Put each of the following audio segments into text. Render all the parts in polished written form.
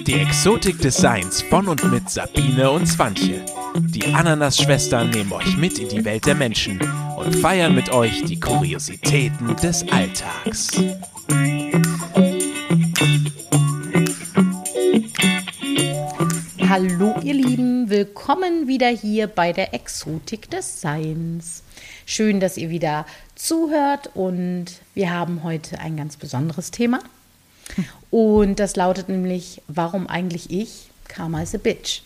Die Exotik des Seins von und mit Sabine und Swantje. Die Ananas-Schwestern nehmen euch mit in die Welt der Menschen und feiern mit euch die Kuriositäten des Alltags. Hallo ihr Lieben, willkommen wieder hier bei der Exotik des Seins. Schön, dass ihr wieder zuhört und wir haben heute ein ganz besonderes Thema. Und das lautet nämlich, warum eigentlich ich? Karma is a bitch.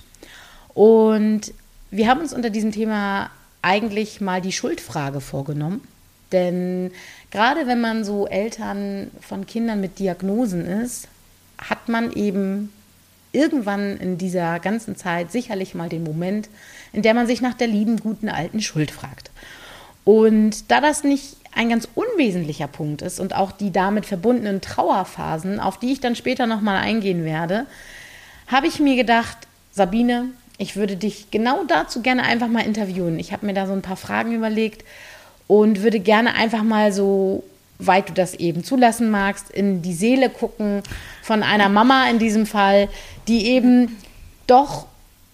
Und wir haben uns unter diesem Thema eigentlich mal die Schuldfrage vorgenommen. Denn gerade wenn man so Eltern von Kindern mit Diagnosen ist, hat man eben irgendwann in dieser ganzen Zeit sicherlich mal den Moment, in der man sich nach der lieben, guten, alten Schuld fragt. Und da das nicht ein ganz unwesentlicher Punkt ist und auch die damit verbundenen Trauerphasen, auf die ich dann später nochmal eingehen werde, habe ich mir gedacht, Sabine, ich würde dich genau dazu gerne einfach mal interviewen. Ich habe mir da so ein paar Fragen überlegt und würde gerne einfach mal so, weit du das eben zulassen magst, in die Seele gucken von einer Mama in diesem Fall, die eben doch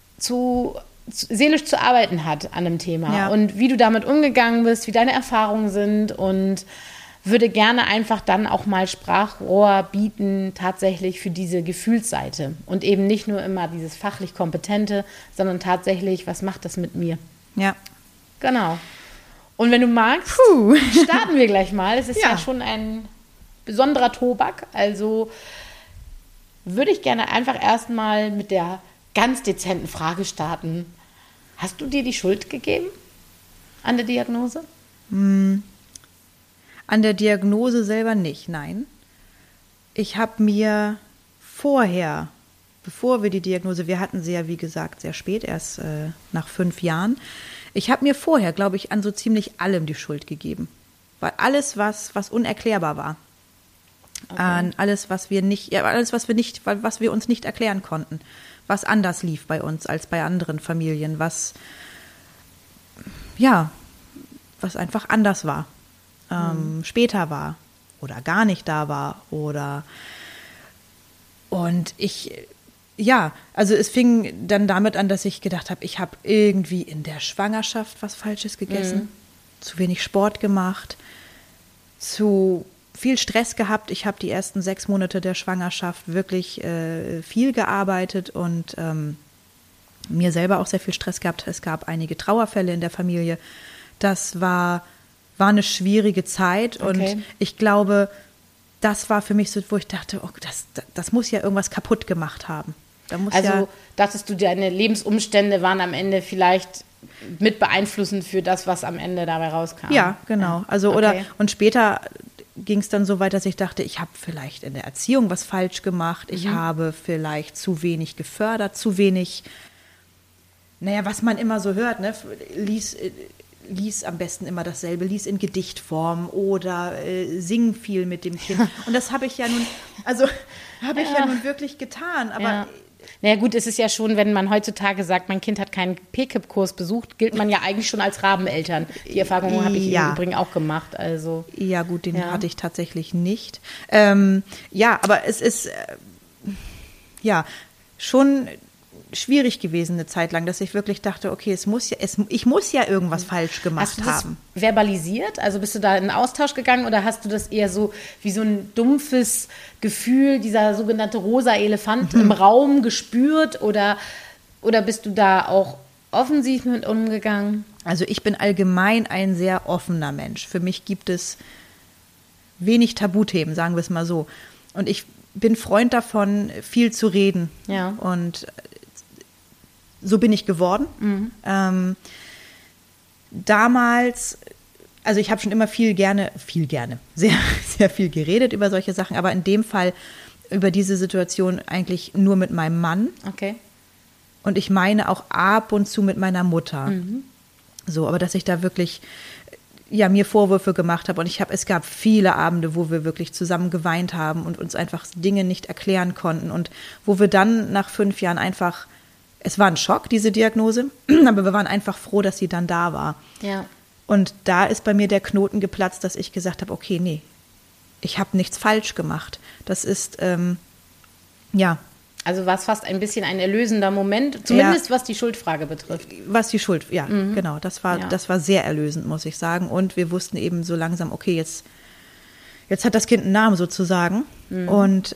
seelisch zu arbeiten hat an dem Thema. Ja. Und wie du damit umgegangen bist, wie deine Erfahrungen sind und würde gerne einfach dann auch mal Sprachrohr bieten, tatsächlich für diese Gefühlsseite und eben nicht nur immer dieses fachlich Kompetente, sondern tatsächlich, was macht das mit mir? Ja. Genau. Und wenn du magst, starten wir gleich mal. Es ist ja schon ein besonderer Tobak, also würde ich gerne einfach erstmal mit der ganz dezenten Frage starten. Hast du dir die Schuld gegeben an der Diagnose? An der Diagnose selber nicht, nein. Ich habe mir vorher, bevor wir die Diagnose, wir hatten sie ja wie gesagt sehr spät, erst nach 5 Jahren, ich habe mir vorher, glaube ich, an so ziemlich allem die Schuld gegeben. Weil alles, was unerklärbar war, an alles, was wir uns nicht erklären konnten, was anders lief bei uns als bei anderen Familien, was einfach anders war, später war oder gar nicht da war also es fing dann damit an, dass ich gedacht habe, ich habe irgendwie in der Schwangerschaft was Falsches gegessen, zu wenig Sport gemacht, zu viel Stress gehabt. Ich habe die ersten 6 Monate der Schwangerschaft wirklich viel gearbeitet und mir selber auch sehr viel Stress gehabt. Es gab einige Trauerfälle in der Familie. Das war eine schwierige Zeit und ich glaube, das war für mich so, wo ich dachte, oh, das muss ja irgendwas kaputt gemacht haben. Dachtest du, deine Lebensumstände waren am Ende vielleicht mit beeinflussend für das, was am Ende dabei rauskam? Ja, genau. Und später ging es dann so weit, dass ich dachte, ich habe vielleicht in der Erziehung was falsch gemacht, ich habe vielleicht zu wenig gefördert, zu wenig, was man immer so hört, ne? Lies am besten immer dasselbe, lies in Gedichtform oder sing viel mit dem Kind. Und das habe ich ja nun, nun wirklich getan, aber... Ja. Naja gut, es ist ja schon, wenn man heutzutage sagt, mein Kind hat keinen PKIP-Kurs besucht, gilt man ja eigentlich schon als Rabeneltern. Die Erfahrung habe ich im Übrigen auch gemacht. Also. Ja gut, den hatte ich tatsächlich nicht. Aber es ist schon schwierig gewesen eine Zeit lang, dass ich wirklich dachte, okay, ich muss ja irgendwas falsch gemacht haben. Hast du das verbalisiert? Also bist du da in einen Austausch gegangen oder hast du das eher so wie so ein dumpfes Gefühl, dieser sogenannte rosa Elefant im Raum gespürt oder bist du da auch offensiv mit umgegangen? Also ich bin allgemein ein sehr offener Mensch. Für mich gibt es wenig Tabuthemen, sagen wir es mal so. Und ich bin Freund davon, viel zu reden. Ja. Und so bin ich geworden. Damals, also ich habe schon immer sehr, sehr viel geredet über solche Sachen, aber in dem Fall über diese Situation eigentlich nur mit meinem Mann. Okay. Und ich meine auch ab und zu mit meiner Mutter. So, aber dass ich da wirklich mir Vorwürfe gemacht habe und es gab viele Abende, wo wir wirklich zusammen geweint haben und uns einfach Dinge nicht erklären konnten und wo wir dann nach 5 Jahren einfach, es war ein Schock, diese Diagnose, aber wir waren einfach froh, dass sie dann da war. Ja. Und da ist bei mir der Knoten geplatzt, dass ich gesagt habe, okay, nee, ich habe nichts falsch gemacht. Das ist, Also war es fast ein bisschen ein erlösender Moment, zumindest was die Schuldfrage betrifft. Was die Schuld, ja, genau. Das war sehr erlösend, muss ich sagen. Und wir wussten eben so langsam, okay, jetzt hat das Kind einen Namen sozusagen. Und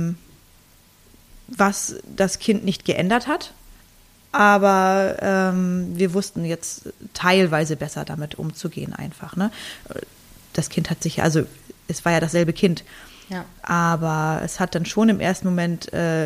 was das Kind nicht geändert hat, aber wir wussten jetzt teilweise besser damit umzugehen einfach. Ne? Das Kind hat sich, also es war ja dasselbe Kind, aber es hat dann schon im ersten Moment,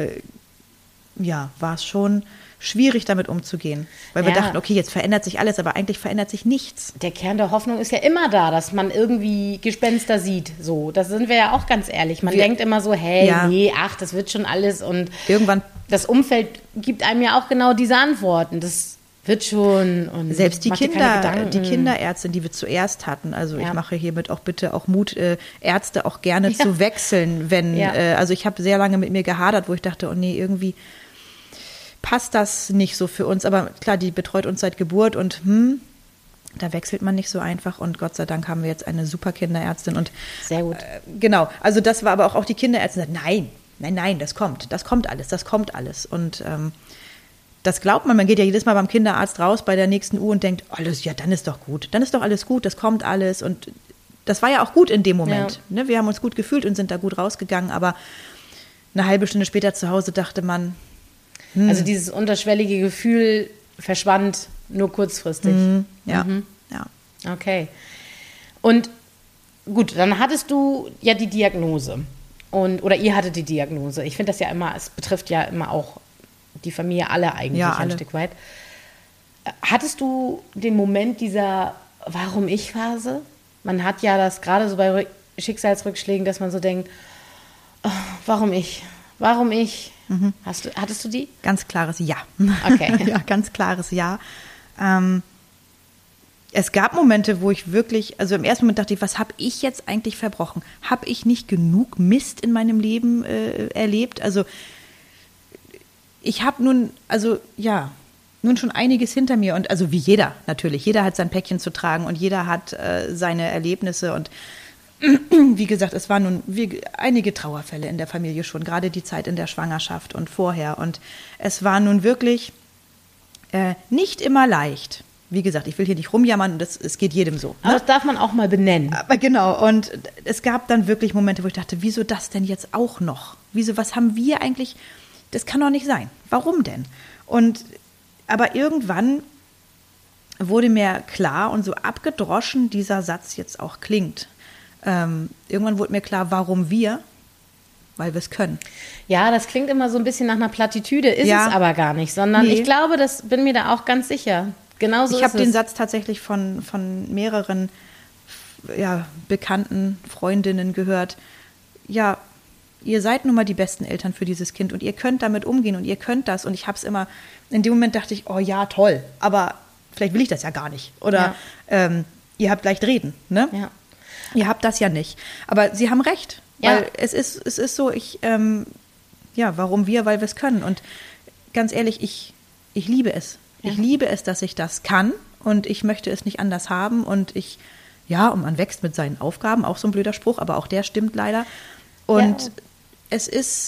war es schon schwierig damit umzugehen, weil wir dachten, okay, jetzt verändert sich alles, aber eigentlich verändert sich nichts. Der Kern der Hoffnung ist ja immer da, dass man irgendwie Gespenster sieht. So, das sind wir ja auch ganz ehrlich. Man denkt immer so, das wird schon alles und irgendwann. Das Umfeld gibt einem ja auch genau diese Antworten. Das wird schon. Und selbst die Kinderärztin, die wir zuerst hatten, also ich mache hiermit auch bitte auch Mut, Ärzte auch gerne zu wechseln, wenn, also ich habe sehr lange mit mir gehadert, wo ich dachte, oh nee, irgendwie passt das nicht so für uns, aber klar, die betreut uns seit Geburt und da wechselt man nicht so einfach und Gott sei Dank haben wir jetzt eine super Kinderärztin und sehr gut. Genau, also das war aber auch die Kinderärztin, nein, das kommt alles und das glaubt man geht ja jedes Mal beim Kinderarzt raus bei der nächsten U und denkt, alles, ja, dann ist doch alles gut, das kommt alles und das war ja auch gut in dem Moment, ne? Wir haben uns gut gefühlt und sind da gut rausgegangen, aber eine halbe Stunde später zu Hause dachte man, also dieses unterschwellige Gefühl verschwand nur kurzfristig. Ja. Okay. Und gut, dann hattest du ja die Diagnose. Oder ihr hattet die Diagnose. Ich finde das ja immer, es betrifft ja immer auch die Familie alle eigentlich ein Stück weit. Hattest du den Moment dieser Warum-ich-Phase? Man hat ja das gerade so bei Schicksalsrückschlägen, dass man so denkt, oh, warum ich? Hattest du die? Ganz klares Ja. Okay. Ja, ganz klares Ja. Es gab Momente, wo ich wirklich, also im ersten Moment dachte ich, was habe ich jetzt eigentlich verbrochen? Habe ich nicht genug Mist in meinem Leben erlebt? Also ich habe nun schon einiges hinter mir und also wie jeder natürlich. Jeder hat sein Päckchen zu tragen und jeder hat seine Erlebnisse und wie gesagt, es waren nun einige Trauerfälle in der Familie schon, gerade die Zeit in der Schwangerschaft und vorher. Und es war nun wirklich nicht immer leicht. Wie gesagt, ich will hier nicht rumjammern und es geht jedem so. Ne? Aber das darf man auch mal benennen. Aber genau, und es gab dann wirklich Momente, wo ich dachte, wieso das denn jetzt auch noch? Was haben wir eigentlich? Das kann doch nicht sein. Warum denn? Aber irgendwann wurde mir klar und so abgedroschen dieser Satz jetzt auch klingt. Irgendwann wurde mir klar, warum wir? Weil wir es können. Ja, das klingt immer so ein bisschen nach einer Plattitüde, ist es aber gar nicht, sondern ich glaube, bin mir da auch ganz sicher. Genau so ist es. Ich habe den Satz tatsächlich von mehreren bekannten Freundinnen gehört. Ja, ihr seid nun mal die besten Eltern für dieses Kind und ihr könnt damit umgehen und ihr könnt das. Und ich habe es immer, in dem Moment dachte ich, oh ja, toll, aber vielleicht will ich das ja gar nicht. Oder ihr habt leicht reden, ne? Ja. Ihr habt das ja nicht. Aber Sie haben recht, weil es ist so, warum wir? Weil wir es können. Und ganz ehrlich, ich liebe es. Ja. Ich liebe es, dass ich das kann und ich möchte es nicht anders haben. Und und man wächst mit seinen Aufgaben, auch so ein blöder Spruch, aber auch der stimmt leider. Und es ist,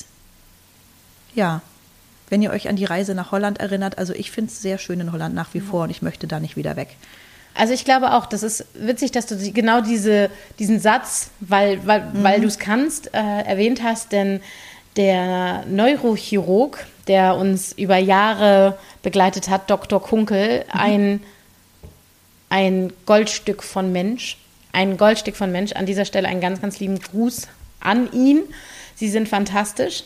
wenn ihr euch an die Reise nach Holland erinnert, also ich finde es sehr schön in Holland nach wie vor und ich möchte da nicht wieder weg. Also ich glaube auch, das ist witzig, dass du genau diesen Satz, weil du es kannst, erwähnt hast, denn der Neurochirurg, der uns über Jahre begleitet hat, Dr. Kunkel, ein Goldstück von Mensch, an dieser Stelle einen ganz, ganz lieben Gruß an ihn. Sie sind fantastisch.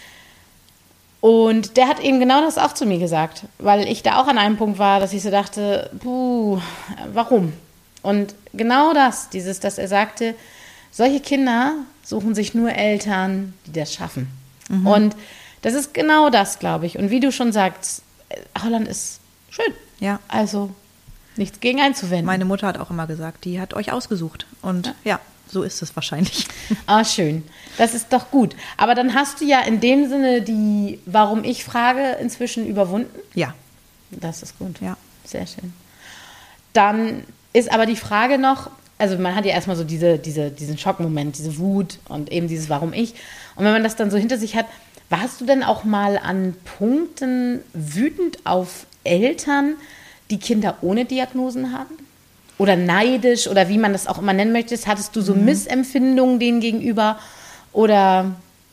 Und der hat eben genau das auch zu mir gesagt, weil ich da auch an einem Punkt war, dass ich so dachte, warum? Und genau dass er sagte, solche Kinder suchen sich nur Eltern, die das schaffen. Und das ist genau das, glaube ich. Und wie du schon sagst, Holland ist schön. Ja. Also nichts gegen einzuwenden. Meine Mutter hat auch immer gesagt, die hat euch ausgesucht. Und so ist es wahrscheinlich. Ah, schön. Das ist doch gut. Aber dann hast du ja in dem Sinne die Warum-ich-Frage inzwischen überwunden. Ja. Das ist gut. Ja. Sehr schön. Dann ist aber die Frage noch, also man hat ja erstmal so diesen Schockmoment, diese Wut und eben dieses Warum ich. Und wenn man das dann so hinter sich hat, Warst du denn auch mal an Punkten wütend auf Eltern, die Kinder ohne Diagnosen haben? Oder neidisch oder wie man das auch immer nennen möchte? Hattest du so Missempfindungen denen gegenüber? Oder?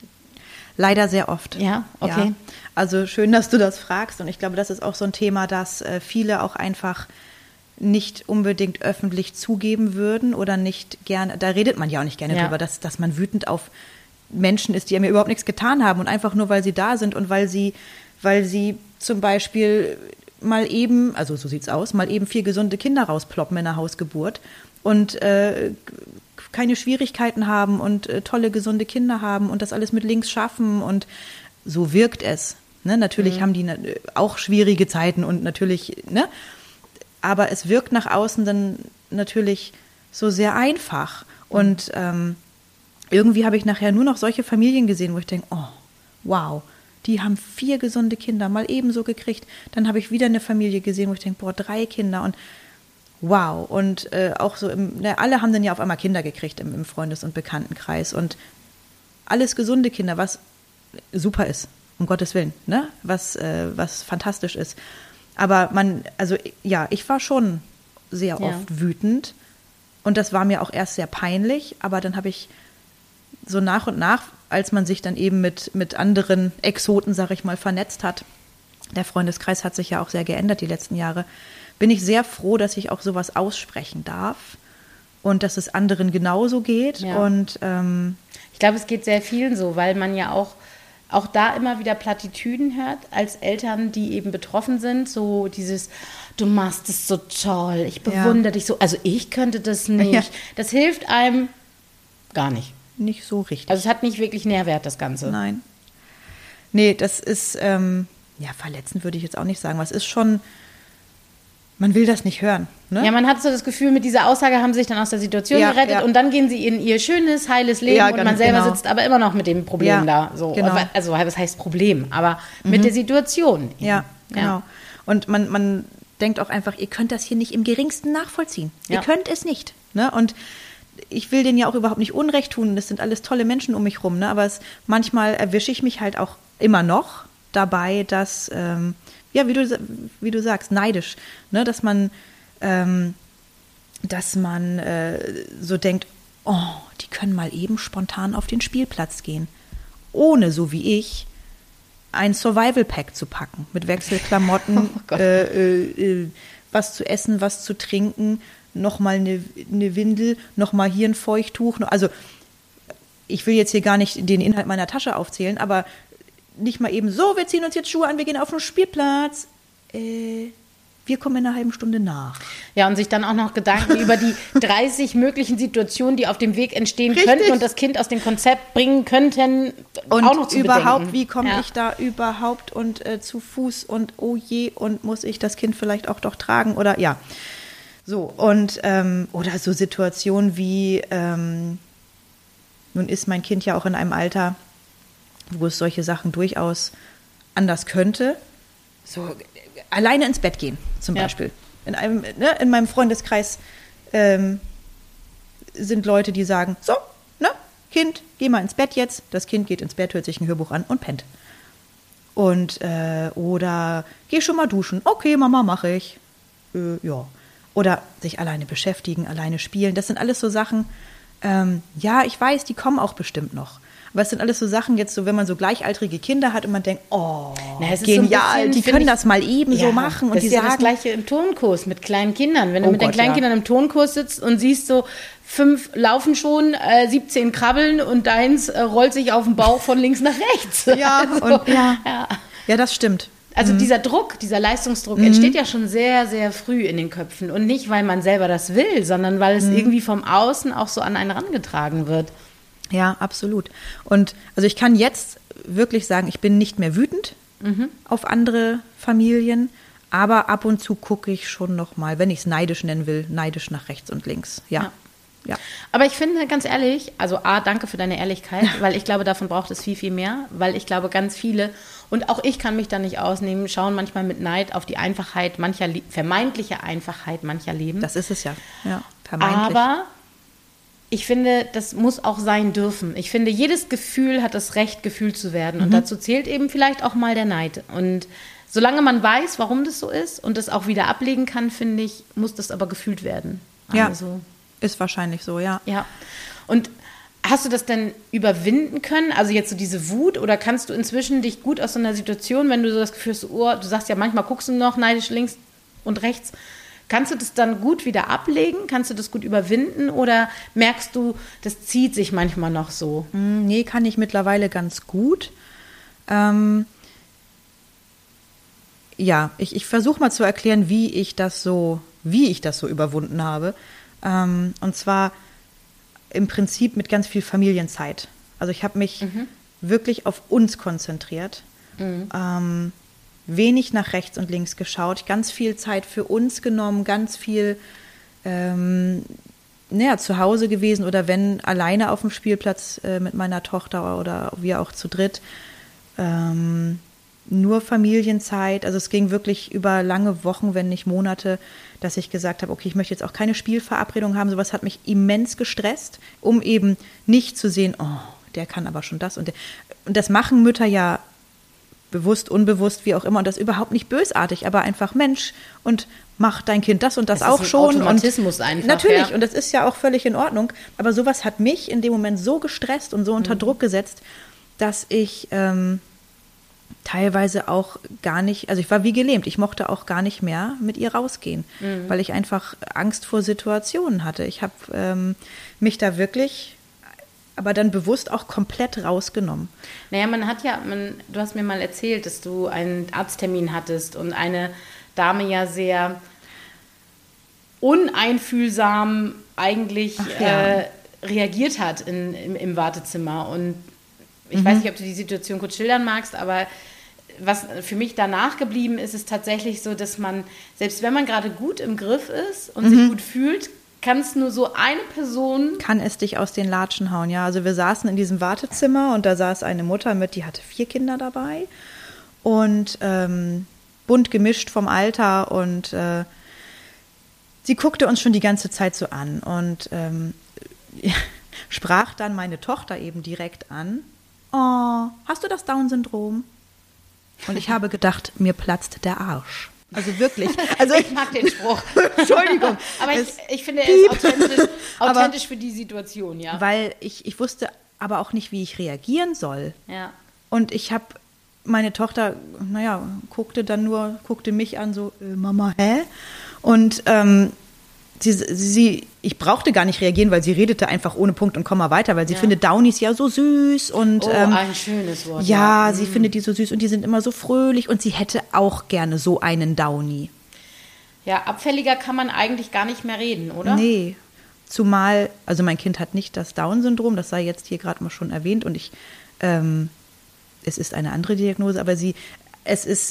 Leider sehr oft. Ja, okay. Ja. Also schön, dass du das fragst. Und ich glaube, das ist auch so ein Thema, das viele auch einfach nicht unbedingt öffentlich zugeben würden oder nicht gerne, da redet man ja auch nicht gerne drüber, dass man wütend auf Menschen ist, die mir überhaupt nichts getan haben und einfach nur, weil sie da sind und weil sie zum Beispiel mal eben, also so sieht's aus, mal eben 4 gesunde Kinder rausploppen in der Hausgeburt und keine Schwierigkeiten haben und tolle, gesunde Kinder haben und das alles mit links schaffen und so wirkt es. Ne? Natürlich haben die auch schwierige Zeiten und natürlich, ne? Aber es wirkt nach außen dann natürlich so sehr einfach und irgendwie habe ich nachher nur noch solche Familien gesehen, wo ich denke, oh, wow, die haben 4 gesunde Kinder mal ebenso gekriegt. Dann habe ich wieder eine Familie gesehen, wo ich denke, boah, 3 Kinder und wow. Und auch so, alle haben dann ja auf einmal Kinder gekriegt im Freundes- und Bekanntenkreis und alles gesunde Kinder, was super ist, um Gottes Willen, ne? Was fantastisch ist. Aber ich war schon sehr oft wütend und das war mir auch erst sehr peinlich, aber dann habe ich so nach und nach, als man sich dann eben mit anderen Exoten, sag ich mal, vernetzt hat, der Freundeskreis hat sich ja auch sehr geändert die letzten Jahre, bin ich sehr froh, dass ich auch sowas aussprechen darf und dass es anderen genauso geht. Ja. Und ich glaube, es geht sehr vielen so, weil man ja auch da immer wieder Plattitüden hört, als Eltern, die eben betroffen sind, so dieses, du machst es so toll, ich bewundere dich so, also ich könnte das nicht. Ja. Das hilft einem gar nicht. Nicht so richtig. Also es hat nicht wirklich Nährwert, das Ganze. Nein. Nee, das ist, verletzend würde ich jetzt auch nicht sagen, aber es ist schon, man will das nicht hören. Ne? Ja, man hat so das Gefühl, mit dieser Aussage haben sie sich dann aus der Situation gerettet und dann gehen sie in ihr schönes, heiles Leben und man selber sitzt aber immer noch mit dem Problem da. So. Genau. Also was heißt Problem, aber mit der Situation. Ja, genau. Und man denkt auch einfach, ihr könnt das hier nicht im geringsten nachvollziehen. Ihr könnt es nicht. Ne? Und ich will denen ja auch überhaupt nicht Unrecht tun. Das sind alles tolle Menschen um mich rum. Ne? Aber manchmal erwische ich mich halt auch immer noch dabei, dass, wie du sagst, neidisch, ne? Dass man so denkt, oh, die können mal eben spontan auf den Spielplatz gehen, ohne, so wie ich, ein Survival-Pack zu packen, mit Wechselklamotten, was zu essen, was zu trinken, nochmal eine Windel, nochmal hier ein Feuchttuch. Also ich will jetzt hier gar nicht den Inhalt meiner Tasche aufzählen, aber nicht mal eben so, wir ziehen uns jetzt Schuhe an, wir gehen auf den Spielplatz. Wir kommen in einer halben Stunde nach. Ja, und sich dann auch noch Gedanken über die 30 möglichen Situationen, die auf dem Weg entstehen könnten und das Kind aus dem Konzept bringen könnten, und auch noch zu überhaupt, bedenken. wie komme ich da überhaupt und zu Fuß und oh je, und muss ich das Kind vielleicht auch doch tragen oder ja. So, und oder so Situationen wie, nun ist mein Kind ja auch in einem Alter, wo es solche Sachen durchaus anders könnte. So alleine ins Bett gehen zum Beispiel. In meinem Freundeskreis sind Leute, die sagen, so, ne, Kind, geh mal ins Bett jetzt. Das Kind geht ins Bett, hört sich ein Hörbuch an und pennt. Und oder geh schon mal duschen. Okay, Mama, mache ich. Ja. Oder sich alleine beschäftigen, alleine spielen. Das sind alles so Sachen, ich weiß, die kommen auch bestimmt noch. Aber es sind alles so Sachen jetzt so, wenn man so gleichaltrige Kinder hat und man denkt, oh, genial, so die können das mal eben so machen. Und das die ist ja sagen, das Gleiche im Turnkurs mit kleinen Kindern. Wenn du mit den kleinen Kindern im Turnkurs sitzt und siehst so, 5 laufen schon, 17 krabbeln und deins rollt sich auf den Bauch von links nach rechts. Ja, also, ja, das stimmt. Also dieser Druck, dieser Leistungsdruck entsteht ja schon sehr, sehr früh in den Köpfen. Und nicht, weil man selber das will, sondern weil es irgendwie vom Außen auch so an einen herangetragen wird. Ja, absolut. Und also ich kann jetzt wirklich sagen, ich bin nicht mehr wütend auf andere Familien, aber ab und zu gucke ich schon noch mal, wenn ich es neidisch nennen will, neidisch nach rechts und links. Ja. Aber ich finde, ganz ehrlich, also danke für deine Ehrlichkeit, weil ich glaube, davon braucht es viel, viel mehr, weil ich glaube, ganz viele, und auch ich kann mich da nicht ausnehmen, schauen manchmal mit Neid auf die Einfachheit vermeintliche Einfachheit mancher Leben. Das ist es ja, vermeintlich. Aber ich finde, das muss auch sein dürfen. Ich finde, jedes Gefühl hat das Recht, gefühlt zu werden. Und dazu zählt eben vielleicht auch mal der Neid. Und solange man weiß, warum das so ist und das auch wieder ablegen kann, finde ich, muss das aber gefühlt werden. Ja, Also, ist wahrscheinlich so, ja. ja. Und hast du das denn überwinden können? Also jetzt so diese Wut, oder kannst du inzwischen dich gut aus so einer Situation, wenn du so das Gefühl hast, oh, du sagst ja manchmal, guckst du noch neidisch links und rechts, kannst du das dann gut wieder ablegen? Kannst du das gut überwinden? Oder merkst du, das zieht sich manchmal noch so? Nee, kann ich mittlerweile ganz gut. Ja, ich versuche mal zu erklären, wie ich das so überwunden habe. Und zwar im Prinzip mit ganz viel Familienzeit. Also ich habe mich wirklich auf uns konzentriert. Wenig nach rechts und links geschaut, ganz viel Zeit für uns genommen, ganz viel zu Hause gewesen oder wenn alleine auf dem Spielplatz mit meiner Tochter oder wir auch zu dritt. Nur Familienzeit, also es ging wirklich über lange Wochen, wenn nicht Monate, dass ich gesagt habe, okay, ich möchte jetzt auch keine Spielverabredung haben. Sowas hat mich immens gestresst, um eben nicht zu sehen, oh, der kann aber schon das und das machen Mütter ja bewusst, unbewusst, wie auch immer, und das überhaupt nicht bösartig, aber einfach Mensch und mach dein Kind das und das auch schon. Automatismus einfach. Natürlich, und das ist ja auch völlig in Ordnung, aber sowas hat mich in dem Moment so gestresst und so unter Druck gesetzt, dass ich teilweise auch gar nicht, also ich war wie gelähmt, ich mochte auch gar nicht mehr mit ihr rausgehen, weil ich einfach Angst vor Situationen hatte. Ich habe mich da wirklich aber dann bewusst auch komplett rausgenommen. Naja, du hast mir mal erzählt, dass du einen Arzttermin hattest und eine Dame ja sehr uneinfühlsam eigentlich reagiert hat im Wartezimmer. Und ich weiß nicht, ob du die Situation kurz schildern magst, aber was für mich danach geblieben ist, ist tatsächlich so, dass man, selbst wenn man gerade gut im Griff ist und sich gut fühlt, kann es nur so eine Person... Kann es dich aus den Latschen hauen, ja. Also wir saßen in diesem Wartezimmer und da saß eine Mutter mit, die hatte 4 Kinder dabei und bunt gemischt vom Alter und sie guckte uns schon die ganze Zeit so an und sprach dann meine Tochter eben direkt an. Oh, hast du das Down-Syndrom? Und ich habe gedacht, mir platzt der Arsch. Also wirklich. Also ich mag den Spruch. Entschuldigung. Aber ich finde, er ist authentisch für die Situation, ja. Weil ich wusste aber auch nicht, wie ich reagieren soll. Ja. Und ich habe, meine Tochter, guckte mich an, so, Mama, hä? Und ich brauchte gar nicht reagieren, weil sie redete einfach ohne Punkt und Komma weiter, weil sie findet Downies ja so süß. Und, ein schönes Wort. Ja, sie findet die so süß und die sind immer so fröhlich und sie hätte auch gerne so einen Downy. Ja, abfälliger kann man eigentlich gar nicht mehr reden, oder? Nee, zumal, also mein Kind hat nicht das Down-Syndrom, das sei jetzt hier gerade mal schon erwähnt und es ist eine andere Diagnose, aber es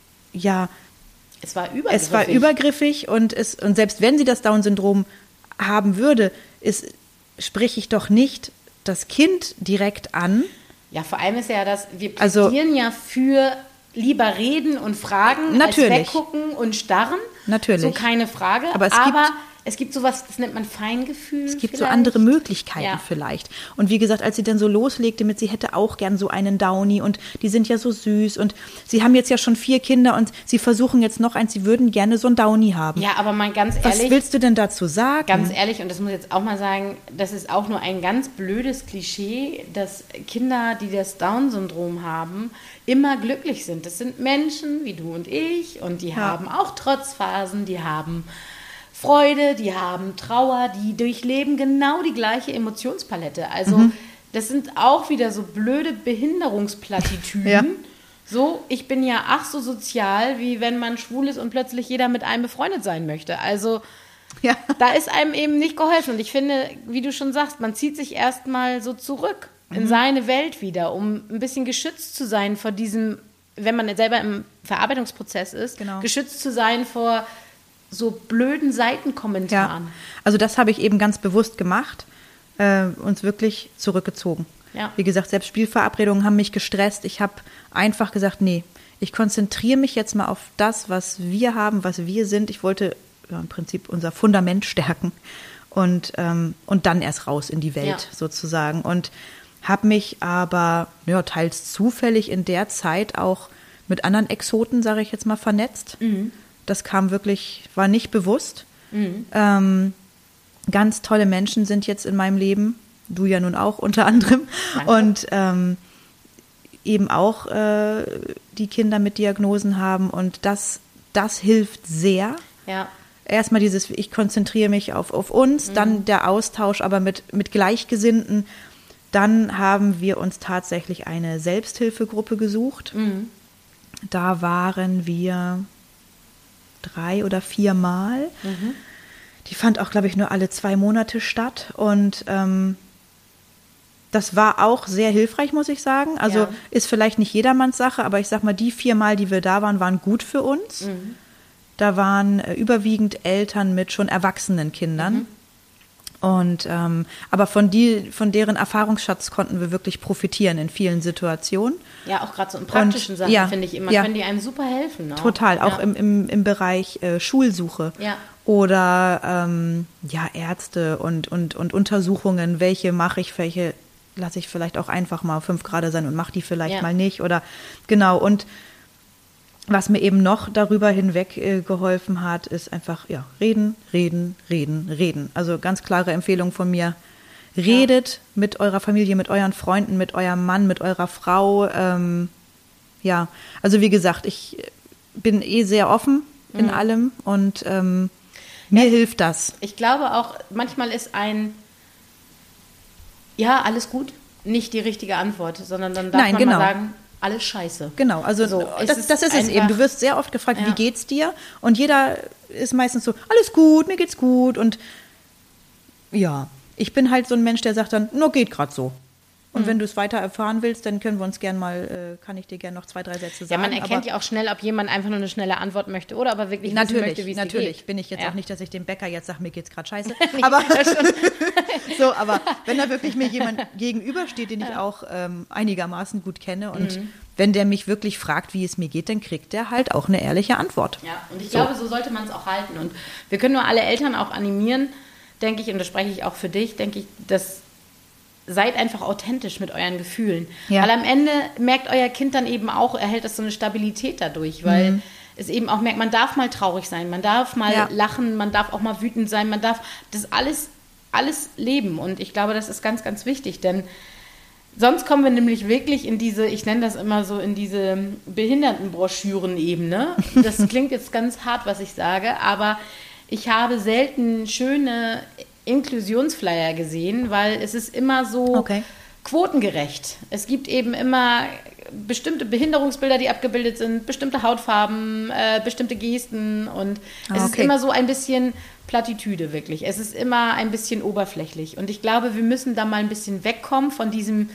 war übergriffig und selbst wenn sie das Down-Syndrom haben würde, spreche ich doch nicht das Kind direkt an. Ja, vor allem ist ja das, wir plädieren ja für lieber reden und fragen, natürlich, als weggucken und starren. Natürlich. So keine Frage. Aber es gibt sowas, das nennt man Feingefühl. Es gibt so andere Möglichkeiten vielleicht. Und wie gesagt, als sie dann so loslegte sie hätte auch gern so einen Downy und die sind ja so süß und sie haben jetzt ja schon 4 Kinder und sie versuchen jetzt noch eins, sie würden gerne so einen Downy haben. Ja, aber mal ganz ehrlich. Was willst du denn dazu sagen? Ganz ehrlich, und das muss ich jetzt auch mal sagen, das ist auch nur ein ganz blödes Klischee, dass Kinder, die das Down-Syndrom haben, immer glücklich sind. Das sind Menschen wie du und ich und die haben auch Trotzphasen, die haben Freude, die haben Trauer, die durchleben genau die gleiche Emotionspalette. Also das sind auch wieder so blöde Behinderungsplattitüden. Ja. So, ich bin ja ach so sozial, wie wenn man schwul ist und plötzlich jeder mit einem befreundet sein möchte. Also da ist einem eben nicht geholfen. Und ich finde, wie du schon sagst, man zieht sich erstmal so zurück in seine Welt wieder, um ein bisschen geschützt zu sein vor diesem, wenn man selber im Verarbeitungsprozess ist, geschützt zu sein vor so blöden Seitenkommentaren. Ja. Also das habe ich eben ganz bewusst gemacht, uns wirklich zurückgezogen. Ja. Wie gesagt, selbst Spielverabredungen haben mich gestresst. Ich habe einfach gesagt, nee, ich konzentriere mich jetzt mal auf das, was wir haben, was wir sind. Ich wollte im Prinzip unser Fundament stärken und dann erst raus in die Welt sozusagen. Und habe mich aber teils zufällig in der Zeit auch mit anderen Exoten, sage ich jetzt mal, vernetzt. Das war nicht bewusst. Ganz tolle Menschen sind jetzt in meinem Leben, du ja nun auch unter anderem. Danke. Und eben auch die Kinder mit Diagnosen haben und das hilft sehr. Ja. Erstmal ich konzentriere mich auf uns, dann der Austausch, aber mit Gleichgesinnten. Dann haben wir uns tatsächlich eine Selbsthilfegruppe gesucht. Da waren wir 3 oder 4 Mal. Die fand auch, glaube ich, nur alle 2 Monate statt. Und das war auch sehr hilfreich, muss ich sagen. Also ist vielleicht nicht jedermanns Sache, aber ich sag mal, die 4 Mal, die wir da waren gut für uns. Da waren überwiegend Eltern mit schon erwachsenen Kindern. Und aber von deren Erfahrungsschatz konnten wir wirklich profitieren in vielen Situationen. Ja, auch gerade so in praktischen Sachen, finde ich immer, können die einem super helfen. Auch. Total, auch im Bereich Schulsuche. Ja. Oder Ärzte und Untersuchungen, welche mache ich, welche lasse ich vielleicht auch einfach mal 5 Grad sein und mache die vielleicht mal nicht. Oder genau, und was mir eben noch darüber hinweg geholfen hat, ist einfach, reden. Also ganz klare Empfehlung von mir. Redet mit eurer Familie, mit euren Freunden, mit eurem Mann, mit eurer Frau. Also wie gesagt, ich bin sehr offen in allem und mir hilft das. Ich glaube auch, manchmal ist alles gut, nicht die richtige Antwort, sondern dann darf man mal sagen, alles scheiße. Genau, also so, das ist es eben. Du wirst sehr oft gefragt, wie geht's dir? Und jeder ist meistens so, alles gut, mir geht's gut. Und ich bin halt so ein Mensch, der sagt dann, geht gerade so. Und wenn du es weiter erfahren willst, dann können wir uns kann ich dir gerne noch 2, 3 Sätze sagen. Ja, man erkennt ja auch schnell, ob jemand einfach nur eine schnelle Antwort möchte oder aber wirklich wissen möchte, wie es dir geht. Natürlich bin ich jetzt auch nicht, dass ich dem Bäcker jetzt sage, mir geht's gerade scheiße. Aber aber wenn da wirklich mir jemand gegenübersteht, den ich auch einigermaßen gut kenne und wenn der mich wirklich fragt, wie es mir geht, dann kriegt der halt auch eine ehrliche Antwort. Ja, und ich glaube, so sollte man es auch halten. Und wir können nur alle Eltern auch animieren, denke ich, und das spreche ich auch für dich, denke ich, dass seid einfach authentisch mit euren Gefühlen. Ja. Weil am Ende merkt euer Kind dann eben auch, erhält das so eine Stabilität dadurch, weil es eben auch merkt, man darf mal traurig sein, man darf mal lachen, man darf auch mal wütend sein, man darf das alles leben. Und ich glaube, das ist ganz, ganz wichtig, denn sonst kommen wir nämlich wirklich in diese, ich nenne das immer so, in diese Behindertenbroschüren-Ebene. Das klingt jetzt ganz hart, was ich sage, aber ich habe selten schöne Inklusionsflyer gesehen, weil es ist immer so quotengerecht. Es gibt eben immer bestimmte Behinderungsbilder, die abgebildet sind, bestimmte Hautfarben, bestimmte Gesten und es ist immer so ein bisschen Plattitüde wirklich. Es ist immer ein bisschen oberflächlich und ich glaube, wir müssen da mal ein bisschen wegkommen von diesem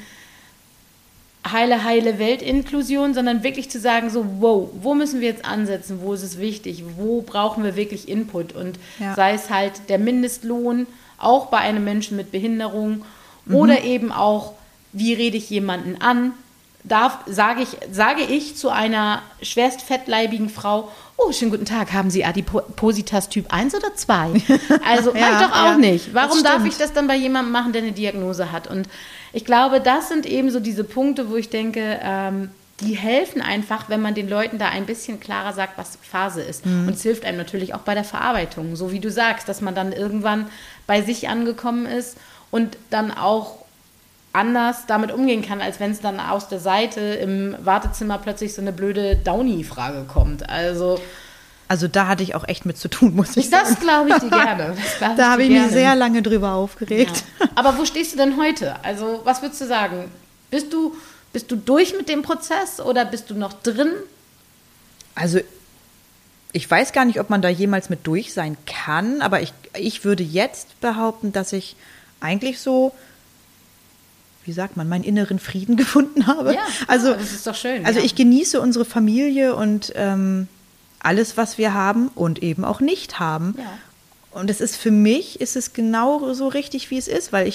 heile Weltinklusion, sondern wirklich zu sagen, so, wow, wo müssen wir jetzt ansetzen, wo ist es wichtig, wo brauchen wir wirklich Input und sei es halt der Mindestlohn, auch bei einem Menschen mit Behinderung oder eben auch, wie rede ich jemanden an, sage ich zu einer schwerst fettleibigen Frau, oh, schönen guten Tag, haben Sie Adipositas Typ 1 oder 2? Also mach ich doch auch nicht. Warum darf ich das dann bei jemandem machen, der eine Diagnose hat? Und ich glaube, das sind eben so diese Punkte, wo ich denke, die helfen einfach, wenn man den Leuten da ein bisschen klarer sagt, was Phase ist. Und es hilft einem natürlich auch bei der Verarbeitung, so wie du sagst, dass man dann irgendwann bei sich angekommen ist und dann auch anders damit umgehen kann, als wenn es dann aus der Seite im Wartezimmer plötzlich so eine blöde Downy-Frage kommt. Also da hatte ich auch echt mit zu tun, muss ich sagen. Das glaube ich dir gerne. Da habe ich mich sehr lange drüber aufgeregt. Ja. Aber wo stehst du denn heute? Also was würdest du sagen? Bist du durch mit dem Prozess oder bist du noch drin? Also ich weiß gar nicht, ob man da jemals mit durch sein kann, aber ich würde jetzt behaupten, dass ich eigentlich so, wie sagt man, meinen inneren Frieden gefunden habe. Ja, also das ist doch schön. Also ich genieße unsere Familie und alles, was wir haben und eben auch nicht haben. Ja. Und für mich ist es genau so richtig, wie es ist, weil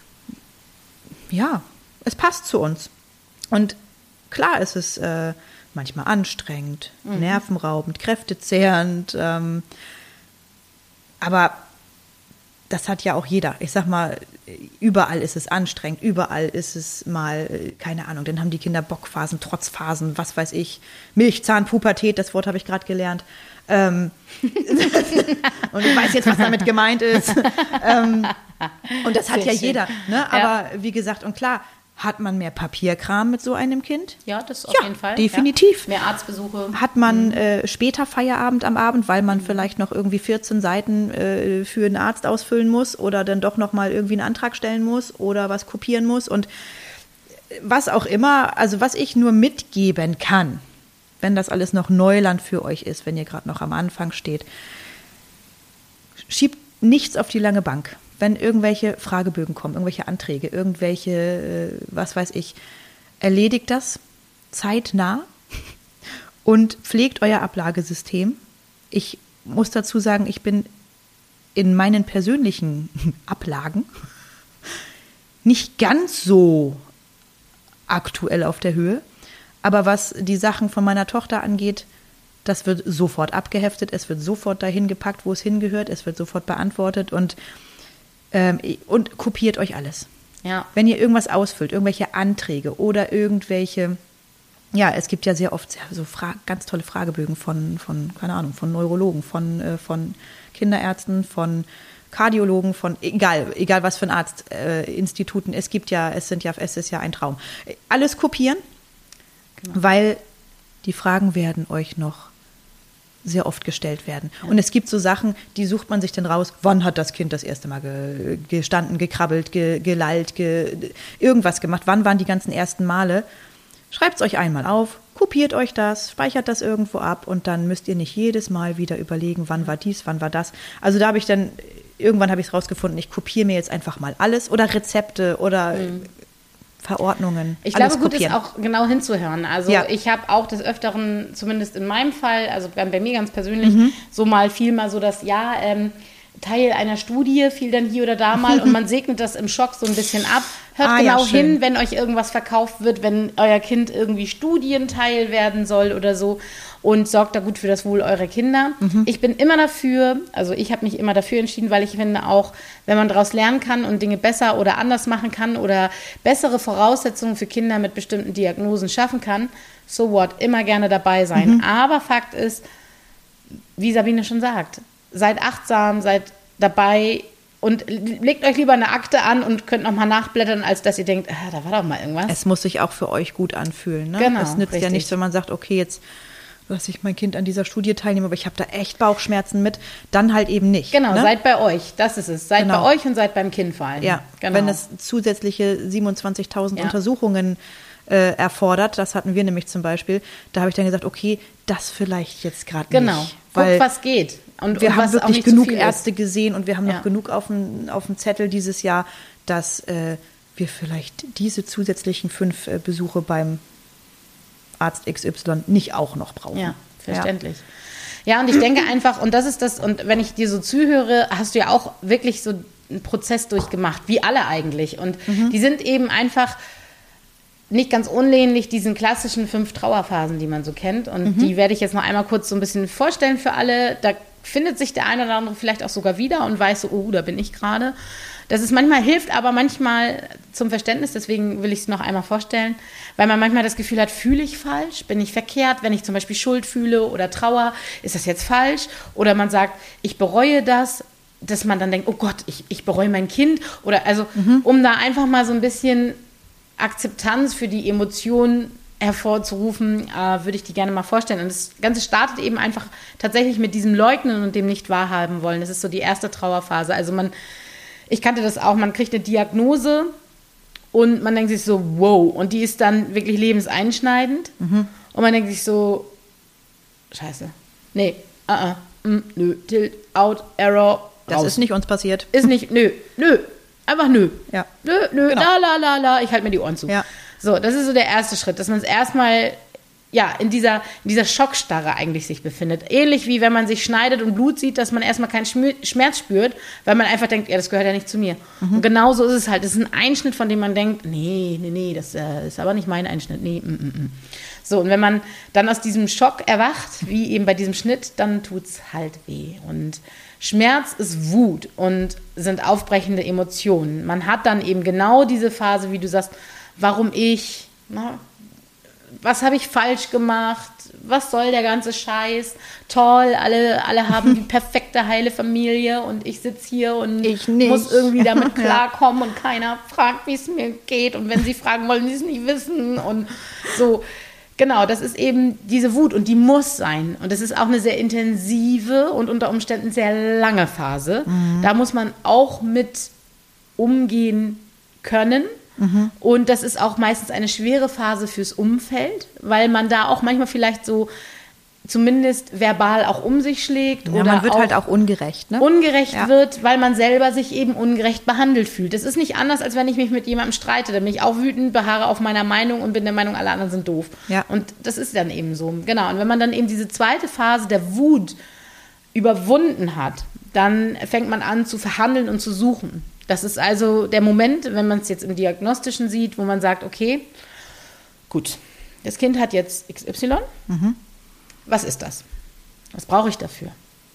es passt zu uns. Und klar ist es manchmal anstrengend, nervenraubend, kräftezehrend, aber das hat ja auch jeder. Ich sag mal, überall ist es anstrengend, überall ist es mal, keine Ahnung, dann haben die Kinder Bockphasen, Trotzphasen, was weiß ich, Milchzahn, Pubertät, das Wort habe ich gerade gelernt. Und ich weiß jetzt, was damit gemeint ist. Und das hat ja jeder. Ne? Aber wie gesagt, und klar, hat man mehr Papierkram mit so einem Kind? Ja, das auf jeden Fall. Definitiv. Ja. Mehr Arztbesuche. Hat man später Feierabend am Abend, weil man vielleicht noch irgendwie 14 Seiten für einen Arzt ausfüllen muss oder dann doch noch mal irgendwie einen Antrag stellen muss oder was kopieren muss und was auch immer. Also was ich nur mitgeben kann, wenn das alles noch Neuland für euch ist, wenn ihr gerade noch am Anfang steht, schiebt nichts auf die lange Bank. Wenn irgendwelche Fragebögen kommen, irgendwelche Anträge, irgendwelche, was weiß ich, erledigt das zeitnah und pflegt euer Ablagesystem. Ich muss dazu sagen, ich bin in meinen persönlichen Ablagen nicht ganz so aktuell auf der Höhe. Aber was die Sachen von meiner Tochter angeht, das wird sofort abgeheftet, es wird sofort dahin gepackt, wo es hingehört, es wird sofort beantwortet und kopiert euch alles. Ja. Wenn ihr irgendwas ausfüllt, irgendwelche Anträge oder irgendwelche, ja, es gibt ja sehr oft so ganz tolle Fragebögen von, keine Ahnung, von Neurologen, von Kinderärzten, von Kardiologen, von egal was für ein Arztinstituten es gibt ja, es ist ja ein Traum. Alles kopieren, weil die Fragen werden euch noch sehr oft gestellt werden. Ja. Und es gibt so Sachen, die sucht man sich dann raus, wann hat das Kind das erste Mal gestanden, gekrabbelt, gelallt, irgendwas gemacht, wann waren die ganzen ersten Male. Schreibt es euch einmal auf, kopiert euch das, speichert das irgendwo ab und dann müsst ihr nicht jedes Mal wieder überlegen, wann war dies, wann war das. Also da habe ich dann, irgendwann habe ich es rausgefunden, ich kopiere mir jetzt einfach mal alles oder Rezepte oder Verordnungen. Ich glaube, gut ist auch genau hinzuhören. Also ich habe auch des Öfteren, zumindest in meinem Fall, also bei mir ganz persönlich, so mal so das Teil einer Studie fiel dann hier oder da mal und man segnet das im Schock so ein bisschen ab. Hört genau hin, wenn euch irgendwas verkauft wird, wenn euer Kind irgendwie Studienteil werden soll oder so und sorgt da gut für das Wohl eurer Kinder. Ich bin immer dafür, also ich habe mich immer dafür entschieden, weil ich finde auch, wenn man daraus lernen kann und Dinge besser oder anders machen kann oder bessere Voraussetzungen für Kinder mit bestimmten Diagnosen schaffen kann, so what, immer gerne dabei sein. Aber Fakt ist, wie Sabine schon sagt, seid achtsam, seid dabei und legt euch lieber eine Akte an und könnt nochmal nachblättern, als dass ihr denkt, da war doch mal irgendwas. Es muss sich auch für euch gut anfühlen. Ne? Genau, es nützt ja nichts, wenn man sagt, okay, jetzt lasse ich mein Kind an dieser Studie teilnehmen, aber ich habe da echt Bauchschmerzen mit, dann halt eben nicht. Genau, ne? Seid bei euch, das ist es. Seid bei euch und seid beim Kind vor allem. Ja, genau. Wenn es zusätzliche 27.000 Untersuchungen erfordert, das hatten wir nämlich zum Beispiel, da habe ich dann gesagt, okay, das vielleicht jetzt gerade nicht. Genau, guckt, was geht. Und wir haben wirklich genug Ärzte ist. gesehen und wir haben noch genug auf dem Zettel dieses Jahr, dass wir vielleicht diese zusätzlichen 5 Besuche beim Arzt XY nicht auch noch brauchen. Ja, verständlich. Ja, und ich denke einfach, und das ist das, und wenn ich dir so zuhöre, hast du ja auch wirklich so einen Prozess durchgemacht, wie alle eigentlich. Und die sind eben einfach nicht ganz unähnlich diesen klassischen 5 Trauerphasen, die man so kennt. Und die werde ich jetzt noch einmal kurz so ein bisschen vorstellen für alle. Da findet sich der eine oder andere vielleicht auch sogar wieder und weiß so, oh, da bin ich gerade. Das ist manchmal hilft, aber manchmal zum Verständnis, deswegen will ich es noch einmal vorstellen, weil man manchmal das Gefühl hat, fühle ich falsch, bin ich verkehrt, wenn ich zum Beispiel Schuld fühle oder Trauer, ist das jetzt falsch? Oder man sagt, ich bereue das, dass man dann denkt, oh Gott, ich bereue mein Kind. Oder also, um da einfach mal so ein bisschen Akzeptanz für die Emotionen hervorzurufen, würde ich die gerne mal vorstellen. Und das Ganze startet eben einfach tatsächlich mit diesem Leugnen und dem nicht wahrhaben wollen. Das ist so die erste Trauerphase. Also ich kannte das auch, man kriegt eine Diagnose und man denkt sich so, wow, und die ist dann wirklich lebenseinschneidend. Und man denkt sich so, scheiße, nee, nö, Tilt, Out, Error, raus. Das ist nicht uns passiert. Ist nicht, nö, einfach nö. Ja. Nö, Genau. la, ich halte mir die Ohren zu. Ja. So, das ist so der erste Schritt, dass man es erstmal in dieser Schockstarre eigentlich sich befindet. Ähnlich wie wenn man sich schneidet und Blut sieht, dass man erstmal keinen Schmerz spürt, weil man einfach denkt, ja, das gehört ja nicht zu mir. Und genauso ist es halt. Das ist ein Einschnitt, von dem man denkt, nee, das ist aber nicht mein Einschnitt. Nee, So, und wenn man dann aus diesem Schock erwacht, wie eben bei diesem Schnitt, dann tut's halt weh. Und Schmerz ist Wut und sind aufbrechende Emotionen. Man hat dann eben genau diese Phase, wie du sagst, warum ich, was habe ich falsch gemacht, was soll der ganze Scheiß, toll, alle haben die perfekte, heile Familie und ich sitze hier und muss irgendwie damit klarkommen und keiner fragt, wie es mir geht und wenn sie fragen, wollen sie es nicht wissen und so. Genau, das ist eben diese Wut und die muss sein. Und das ist auch eine sehr intensive und unter Umständen sehr lange Phase. Da muss man auch mit umgehen können. Und das ist auch meistens eine schwere Phase fürs Umfeld, weil man da auch manchmal vielleicht so zumindest verbal auch um sich schlägt. Ja, oder man wird halt auch ungerecht, ne? Ungerecht wird, weil man selber sich eben ungerecht behandelt fühlt. Das ist nicht anders, als wenn ich mich mit jemandem streite. Da bin ich auch wütend, beharre auf meiner Meinung und bin der Meinung, alle anderen sind doof. Ja. Und das ist dann eben so. Genau. Und wenn man dann eben diese zweite Phase der Wut überwunden hat, dann fängt man an zu verhandeln und zu suchen. Das ist also der Moment, wenn man es jetzt im Diagnostischen sieht, wo man sagt, okay, gut, das Kind hat jetzt XY. Was ist das? Was brauche ich dafür?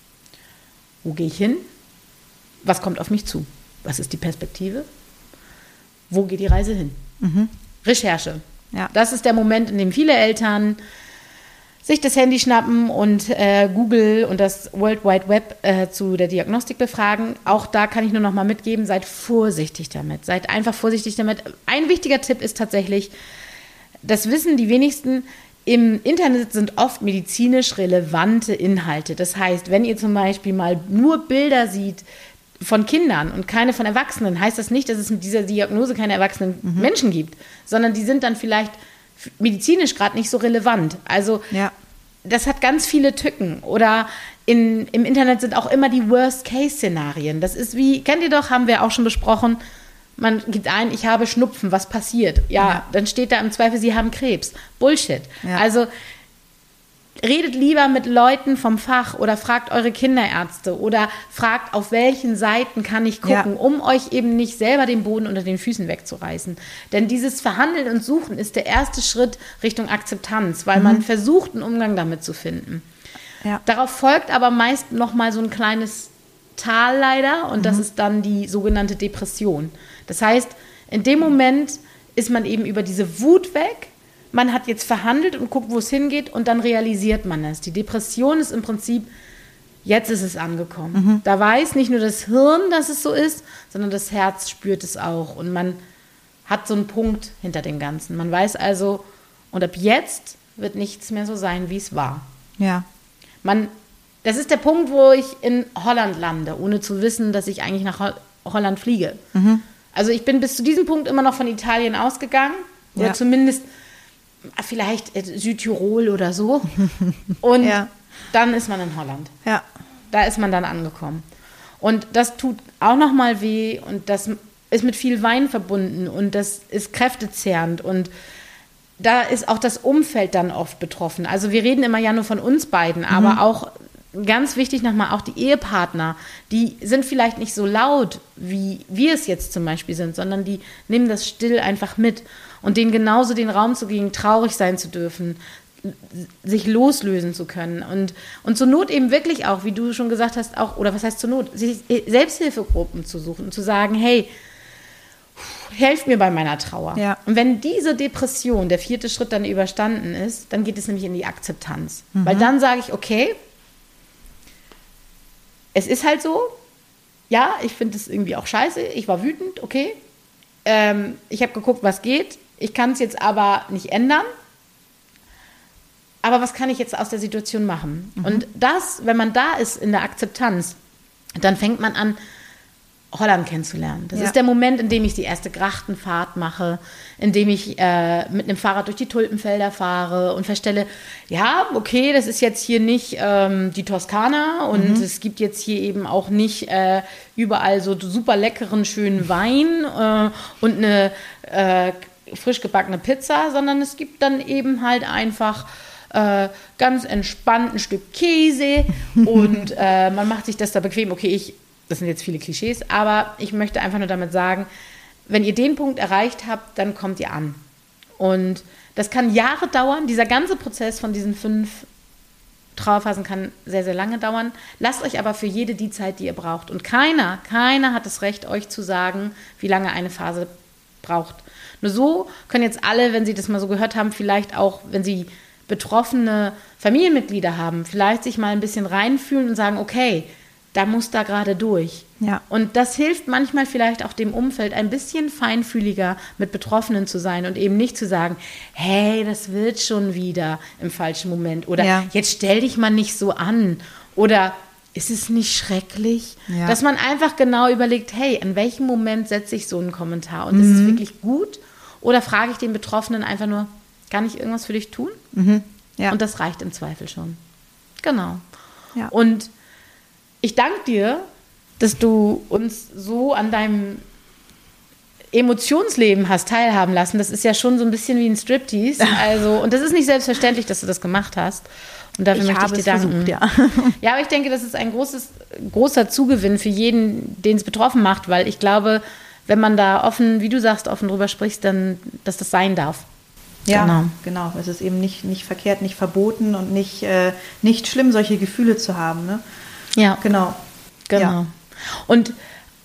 Wo gehe ich hin? Was kommt auf mich zu? Was ist die Perspektive? Wo geht die Reise hin? Recherche. Ja. Das ist der Moment, in dem viele Eltern sich das Handy schnappen und Google und das World Wide Web zu der Diagnostik befragen. Auch da kann ich nur noch mal mitgeben, seid vorsichtig damit. Seid einfach vorsichtig damit. Ein wichtiger Tipp ist tatsächlich, das wissen die wenigsten, im Internet sind oft medizinisch relevante Inhalte. Das heißt, wenn ihr zum Beispiel mal nur Bilder seht von Kindern und keine von Erwachsenen, heißt das nicht, dass es mit dieser Diagnose keine erwachsenen Menschen gibt, sondern die sind dann vielleicht medizinisch gerade nicht so relevant. Also das hat ganz viele Tücken. Oder im Internet sind auch immer die Worst-Case-Szenarien. Das ist wie, kennt ihr doch, haben wir auch schon besprochen, man gibt ein, ich habe Schnupfen, was passiert? Ja, dann steht da im Zweifel, Sie haben Krebs. Bullshit. Ja. Also redet lieber mit Leuten vom Fach oder fragt eure Kinderärzte oder fragt, auf welchen Seiten kann ich gucken, um euch eben nicht selber den Boden unter den Füßen wegzureißen. Denn dieses Verhandeln und Suchen ist der erste Schritt Richtung Akzeptanz, weil man versucht, einen Umgang damit zu finden. Ja. Darauf folgt aber meist noch mal so ein kleines Tal leider und das ist dann die sogenannte Depression. Das heißt, in dem Moment ist man eben über diese Wut weg, man hat jetzt verhandelt und guckt, wo es hingeht und dann realisiert man es. Die Depression ist im Prinzip, jetzt ist es angekommen. Da weiß nicht nur das Hirn, dass es so ist, sondern das Herz spürt es auch und man hat so einen Punkt hinter dem Ganzen. Man weiß also, und ab jetzt wird nichts mehr so sein, wie es war. Ja. Das ist der Punkt, wo ich in Holland lande, ohne zu wissen, dass ich eigentlich nach Holland fliege. Also ich bin bis zu diesem Punkt immer noch von Italien ausgegangen, oder zumindest vielleicht Südtirol oder so. Und dann ist man in Holland. Ja. Da ist man dann angekommen. Und das tut auch noch mal weh und das ist mit viel Wein verbunden und das ist kräftezehrend und da ist auch das Umfeld dann oft betroffen. Also wir reden immer ja nur von uns beiden, aber auch ganz wichtig nochmal, auch die Ehepartner, die sind vielleicht nicht so laut, wie wir es jetzt zum Beispiel sind, sondern die nehmen das still einfach mit und denen genauso den Raum zu geben, traurig sein zu dürfen, sich loslösen zu können und zur Not eben wirklich auch, wie du schon gesagt hast, auch, oder was heißt zur Not, sich Selbsthilfegruppen zu suchen und zu sagen, hey, helft mir bei meiner Trauer. Ja. Und wenn diese Depression, der 4. Schritt dann überstanden ist, dann geht es nämlich in die Akzeptanz. Weil dann sage ich, okay, es ist halt so, ja, ich finde es irgendwie auch scheiße, ich war wütend, okay, ich habe geguckt, was geht, ich kann es jetzt aber nicht ändern, aber was kann ich jetzt aus der Situation machen? Und das, wenn man da ist in der Akzeptanz, dann fängt man an, Holland kennenzulernen. Das ist der Moment, in dem ich die erste Grachtenfahrt mache, in dem ich mit einem Fahrrad durch die Tulpenfelder fahre und feststelle, ja, okay, das ist jetzt hier nicht die Toskana und es gibt jetzt hier eben auch nicht überall so super leckeren, schönen Wein und eine frisch gebackene Pizza, sondern es gibt dann eben halt einfach ganz entspannt ein Stück Käse und man macht sich das da bequem. Okay, das sind jetzt viele Klischees, aber ich möchte einfach nur damit sagen, wenn ihr den Punkt erreicht habt, dann kommt ihr an. Und das kann Jahre dauern, dieser ganze Prozess von diesen 5 Trauerphasen kann sehr, sehr lange dauern. Lasst euch aber für jede die Zeit, die ihr braucht. Und keiner hat das Recht, euch zu sagen, wie lange eine Phase braucht. Nur so können jetzt alle, wenn sie das mal so gehört haben, vielleicht auch, wenn sie betroffene Familienmitglieder haben, vielleicht sich mal ein bisschen reinfühlen und sagen, okay, da muss da gerade durch. Ja. Und das hilft manchmal vielleicht auch dem Umfeld, ein bisschen feinfühliger mit Betroffenen zu sein und eben nicht zu sagen, hey, das wird schon wieder im falschen Moment oder jetzt stell dich mal nicht so an oder ist es nicht schrecklich? Ja. Dass man einfach genau überlegt, hey, in welchem Moment setze ich so einen Kommentar und ist es wirklich gut oder frage ich den Betroffenen einfach nur, kann ich irgendwas für dich tun? Ja. Und das reicht im Zweifel schon. Genau. Ja. Und ich danke dir, dass du uns so an deinem Emotionsleben hast teilhaben lassen. Das ist ja schon so ein bisschen wie ein Striptease. Also, und das ist nicht selbstverständlich, dass du das gemacht hast. Und dafür möchte ich dir danken. Ja, aber ich denke, das ist ein großer Zugewinn für jeden, den es betroffen macht, weil ich glaube, wenn man da offen, wie du sagst, offen drüber sprichst, dann, dass das sein darf. Ja, genau. Es ist eben nicht verkehrt, nicht verboten und nicht schlimm, solche Gefühle zu haben. Ne? Ja, genau. Ja. Und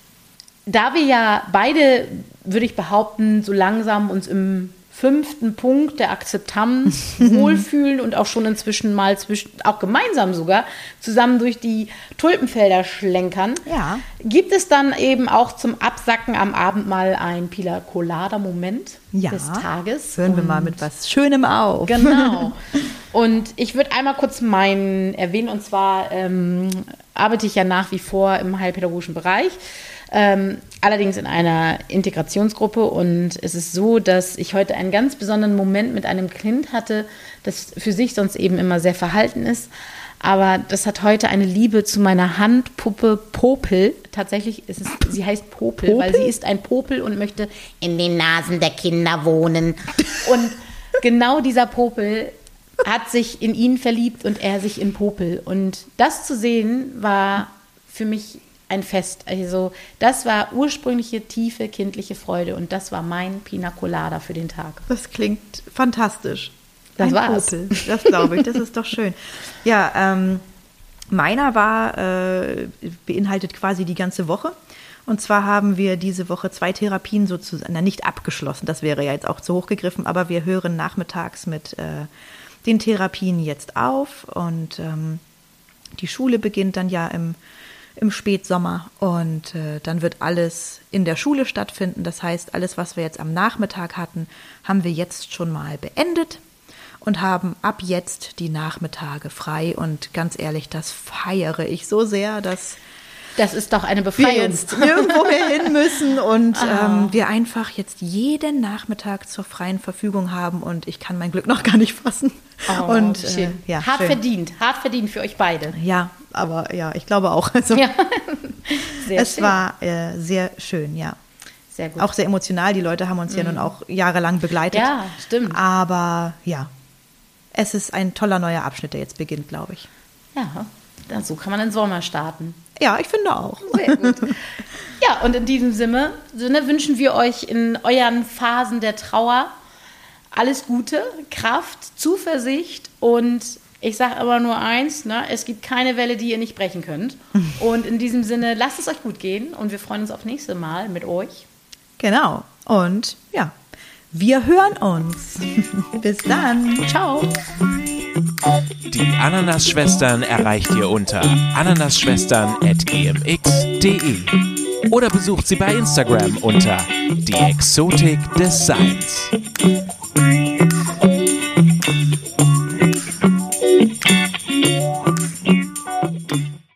da wir ja beide, würde ich behaupten, so langsam uns im 5. Punkt der Akzeptanz wohlfühlen und auch schon inzwischen mal auch gemeinsam sogar zusammen durch die Tulpenfelder schlenkern, gibt es dann eben auch zum Absacken am Abend mal ein Pina Colada Moment des Tages. Hören wir mal mit was Schönem auf. Genau. Und ich würde einmal kurz meinen erwähnen, und zwar arbeite ich ja nach wie vor im heilpädagogischen Bereich. Allerdings in einer Integrationsgruppe und es ist so, dass ich heute einen ganz besonderen Moment mit einem Kind hatte, das für sich sonst eben immer sehr verhalten ist, aber das hat heute eine Liebe zu meiner Handpuppe Popel. Tatsächlich sie heißt Popel, weil sie ist ein Popel und möchte in den Nasen der Kinder wohnen. Und genau dieser Popel hat sich in ihn verliebt und er sich in Popel. Und das zu sehen war für mich ein Fest. Also das war ursprüngliche, tiefe, kindliche Freude und das war mein Pina Colada für den Tag. Das klingt fantastisch. Das war's. Popel. Das glaube ich, das ist doch schön. Ja, meiner beinhaltet quasi die ganze Woche. Und zwar haben wir diese Woche 2 Therapien sozusagen, nicht abgeschlossen, das wäre ja jetzt auch zu hoch gegriffen, aber wir hören nachmittags mit den Therapien jetzt auf und die Schule beginnt dann ja im Spätsommer und dann wird alles in der Schule stattfinden. Das heißt, alles, was wir jetzt am Nachmittag hatten, haben wir jetzt schon mal beendet und haben ab jetzt die Nachmittage frei. Und ganz ehrlich, das feiere ich so sehr, dass das ist doch eine Befreiung. Wir jetzt nirgendwo mehr hin müssen und wir einfach jetzt jeden Nachmittag zur freien Verfügung haben und ich kann mein Glück noch gar nicht fassen. Oh, und schön. Hart verdient für euch beide. Ja, aber ja, ich glaube auch. Also, ja. Es war sehr schön, ja. Sehr gut. Auch sehr emotional. Die Leute haben uns ja nun auch jahrelang begleitet. Ja, stimmt. Aber ja, es ist ein toller neuer Abschnitt, der jetzt beginnt, glaube ich. Ja, so kann man den Sommer starten. Ja, ich finde auch. Sehr gut. Ja, und in diesem Sinne wünschen wir euch in euren Phasen der Trauer alles Gute, Kraft, Zuversicht und ich sage aber nur eins, es gibt keine Welle, die ihr nicht brechen könnt. Und in diesem Sinne, lasst es euch gut gehen und wir freuen uns aufs nächste Mal mit euch. Genau. Und ja, wir hören uns. Bis dann. Ciao. Die Ananas-Schwestern erreicht ihr unter ananasschwestern@gmx.de oder besucht sie bei Instagram unter die Exotik des Seins.